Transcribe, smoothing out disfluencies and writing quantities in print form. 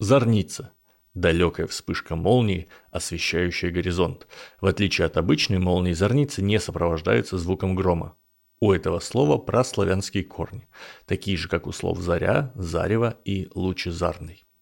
Зорница. Далекая вспышка молнии, освещающая горизонт. В отличие от обычной молнии, зорницы не сопровождаются звуком грома. У этого слова праславянские корни, такие же, как у слов «заря», «зарево» и «лучезарный».